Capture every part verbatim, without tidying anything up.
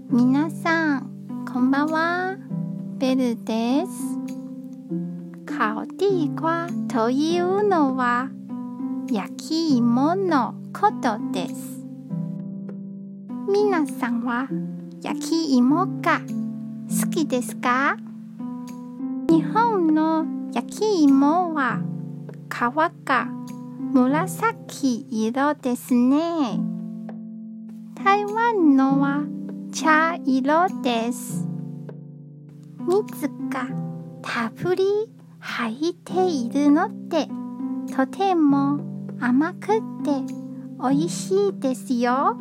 皆さんこんばんは、ベルです。烤地瓜というのは焼き芋のことです。皆さんは焼き芋が好きですか？日本の焼き芋は皮が紫色ですね。台湾のは茶色です。蜜がたっぷり入っているのでとても甘くて美味しいですよ。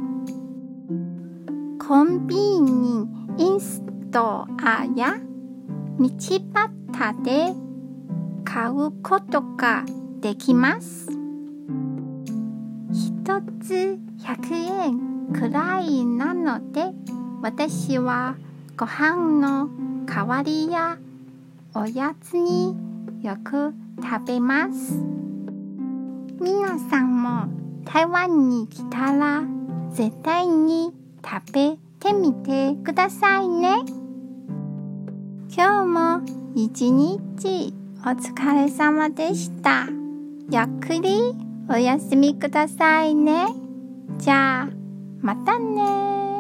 コンビニインストアや道端で買うことができます。一つひゃくえんくらいなので、私はご飯の代わりやおやつによく食べます。皆さんも台湾に来たら絶対に食べてみてくださいね。今日も一日お疲れ様でした。ゆっくりお休みくださいね。じゃあまたね。